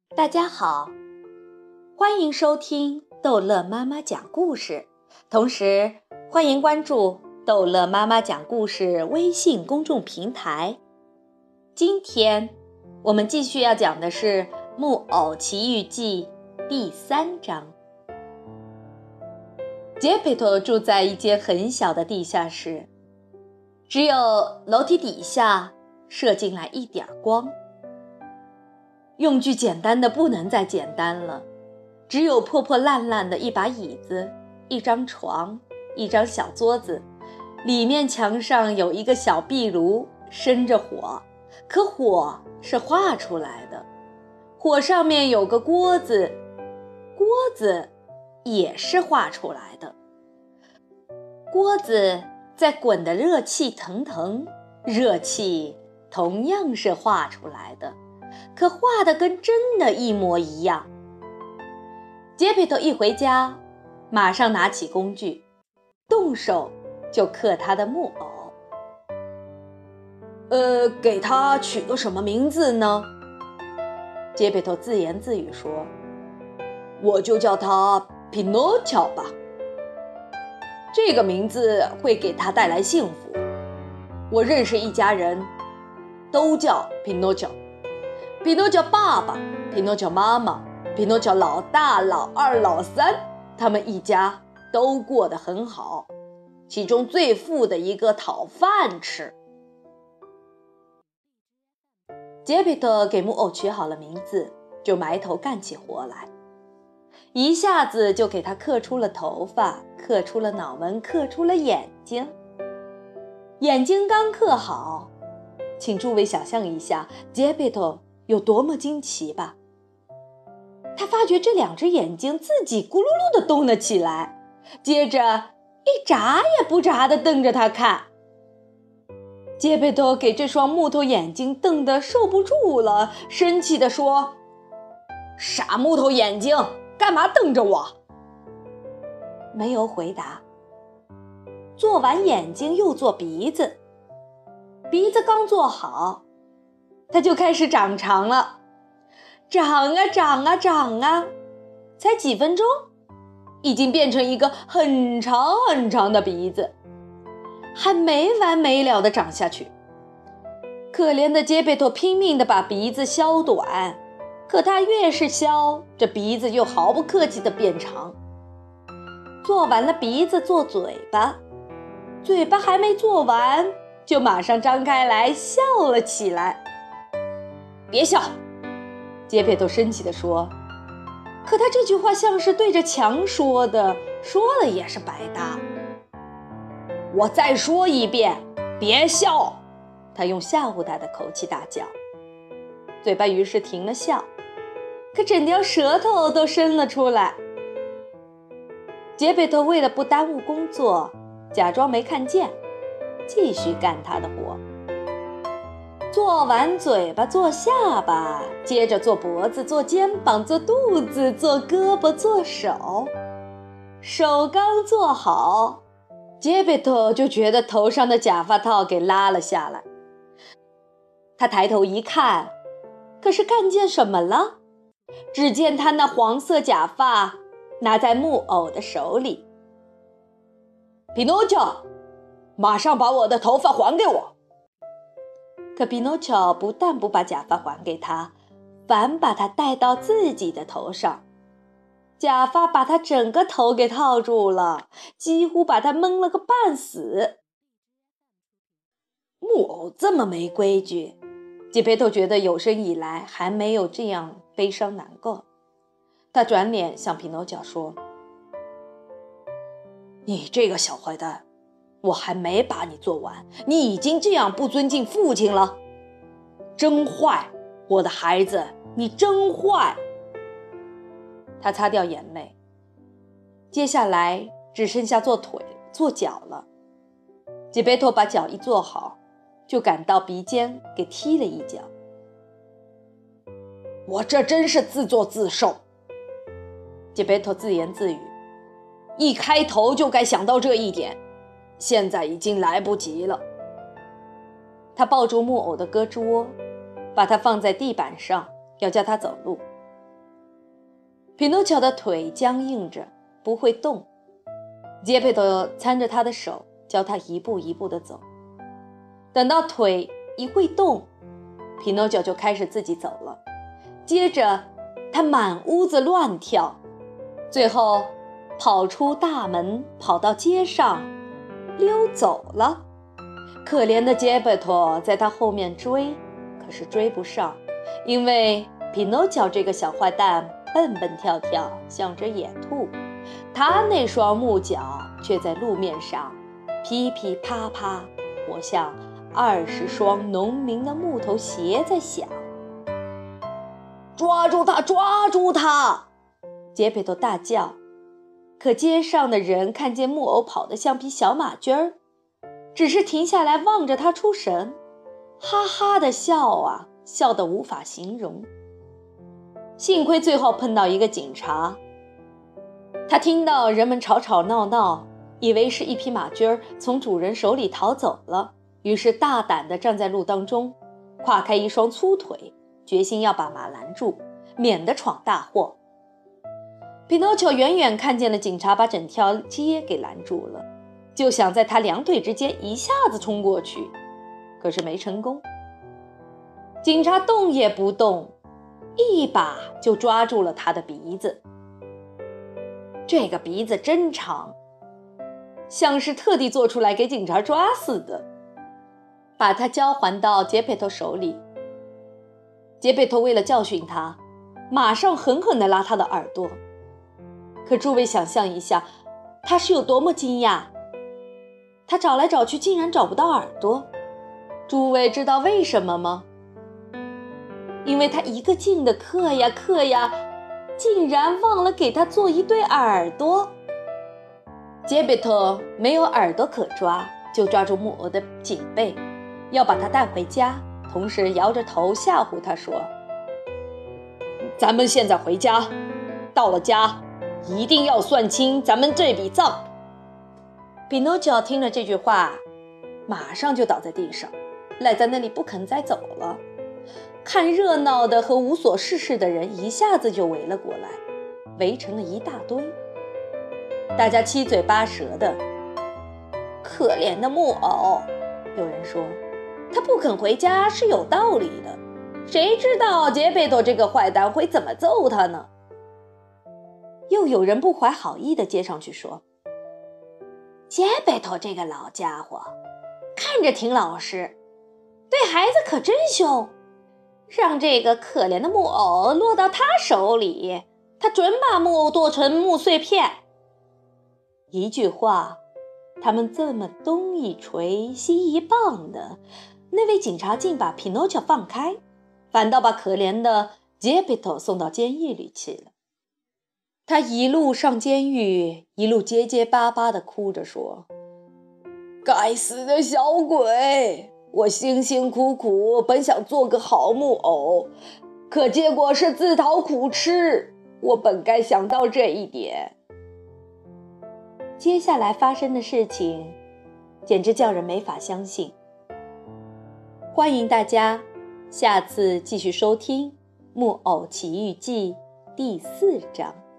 大家好，欢迎收听逗乐妈妈讲故事，同时欢迎关注逗乐妈妈讲故事微信公众平台。今天我们继续要讲的是《木偶奇遇记》第3章。杰佩托住在一间很小的地下室，只有楼梯底下射进来一点光。用具简单的不能再简单了，只有破破烂烂的一把椅子、一张床、一张小桌子，里面墙上有一个小壁炉，生着火，可火是画出来的。火上面有个锅子，锅子也是画出来的。锅子在滚得热气腾腾，热气同样是画出来的，可画得跟真的一模一样。杰佩托一回家，马上拿起工具，动手就刻他的木偶。给他取个什么名字呢？杰佩托自言自语说：“我就叫他皮诺乔吧，这个名字会给他带来幸福。我认识一家人，都叫皮诺乔。皮诺乔爸爸，皮诺乔妈妈，皮诺乔老大、老二、老三，他们一家都过得很好，其中最富的一个讨饭吃。”杰佩托给木偶取好了名字，就埋头干起活来，一下子就给他刻出了头发，刻出了脑门，刻出了眼睛。眼睛刚刻好，请诸位想象一下杰佩托有多么惊奇吧。他发觉这两只眼睛自己咕噜噜地动了起来，接着一眨也不眨地瞪着他看。杰佩托给这双木头眼睛瞪得受不住了，生气地说：“傻木头眼睛，干嘛瞪着我？”没有回答。做完眼睛又做鼻子，鼻子刚做好，它就开始长长了，长啊长啊长啊，才几分钟，已经变成一个很长很长的鼻子，还没完没了地长下去。可怜的杰佩托拼命地把鼻子削短，可他越是削，这鼻子又毫不客气地变长。做完了鼻子，做嘴巴，嘴巴还没做完，就马上张开来笑了起来。别笑，杰佩托生气地说。可他这句话像是对着墙说的，说了也是白搭。我再说一遍，别笑，他用吓唬他的口气大叫。嘴巴于是停了笑，可整条舌头都伸了出来。杰佩托为了不耽误工作，假装没看见，继续干他的活。做完嘴巴，做下巴，接着做脖子，做肩膀，做肚子，做胳膊，做手。手刚做好，杰佩托就觉得头上的假发套给拉了下来。他抬头一看，可是看见什么了？只见他那黄色假发拿在木偶的手里。皮诺乔，马上把我的头发还给我！可皮诺乔不但不把假发还给他，反把它戴到自己的头上。假发把他整个头给套住了，几乎把他蒙了个半死。木偶这么没规矩，杰佩托觉得有生以来还没有这样悲伤难过。他转脸向皮诺乔说：“你这个小坏蛋，我还没把你做完，你已经这样不尊敬父亲了，真坏，我的孩子，你真坏。”他擦掉眼泪，接下来只剩下做腿做脚了。杰佩托把脚一做好，就赶到鼻尖给踢了一脚。我这真是自作自受，杰佩托自言自语，一开头就该想到这一点，现在已经来不及了。他抱住木偶的胳肢窝，把它放在地板上，要叫他走路。 匹诺乔的腿僵硬着，不会动。杰佩托搀着他的手，教他一步一步地走。等到腿一会动，匹诺乔就开始自己走了。接着他满屋子乱跳，最后跑出大门，跑到街上溜走了。可怜的杰佩托在他后面追，可是追不上，因为匹诺乔这个小坏蛋蹦蹦跳跳，像只野兔，他那双木脚却在路面上噼噼啪啪，活像20双农民的木头鞋在响。抓住他，抓住他！杰佩托大叫。可街上的人看见木偶跑得像匹小马驹儿，只是停下来望着他出神，哈哈的笑啊，笑得无法形容。幸亏最后碰到一个警察，他听到人们吵吵闹闹，以为是一匹马驹儿从主人手里逃走了，于是大胆地站在路当中，跨开一双粗腿，决心要把马拦住，免得闯大祸。匹诺乔远远看见了警察把整条街给拦住了，就想在他两腿之间一下子冲过去，可是没成功。警察动也不动，一把就抓住了他的鼻子。这个鼻子真长，像是特地做出来给警察抓似的，把他交还到杰佩托手里。杰佩托为了教训他，马上狠狠地拉他的耳朵。可诸位想象一下，他是有多么惊讶。他找来找去竟然找不到耳朵。诸位知道为什么吗？因为他一个劲的刻呀刻呀，竟然忘了给他做一对耳朵。杰贝托没有耳朵可抓，就抓住木偶的颈背，要把他带回家，同时摇着头吓唬他说：咱们现在回家，到了家一定要算清咱们这笔账。匹诺乔听了这句话，马上就倒在地上，赖在那里不肯再走了。看热闹的和无所事事的人一下子就围了过来，围成了一大堆，大家七嘴八舌的。可怜的木偶，有人说，他不肯回家是有道理的，谁知道杰贝托这个坏蛋会怎么揍他呢？又有人不怀好意地接上去说，杰贝托这个老家伙看着挺老实，对孩子可真凶，让这个可怜的木偶落到他手里，他准把木偶剁成木碎片。一句话，他们这么东一锤西一棒的，那位警察竟把匹诺乔放开，反倒把可怜的杰贝托送到监狱里去了。他一路上监狱，一路结结巴巴地哭着说，该死的小鬼，我辛辛苦苦本想做个好木偶，可结果是自讨苦吃，我本该想到这一点。接下来发生的事情简直叫人没法相信。欢迎大家下次继续收听《木偶奇遇记》第4章。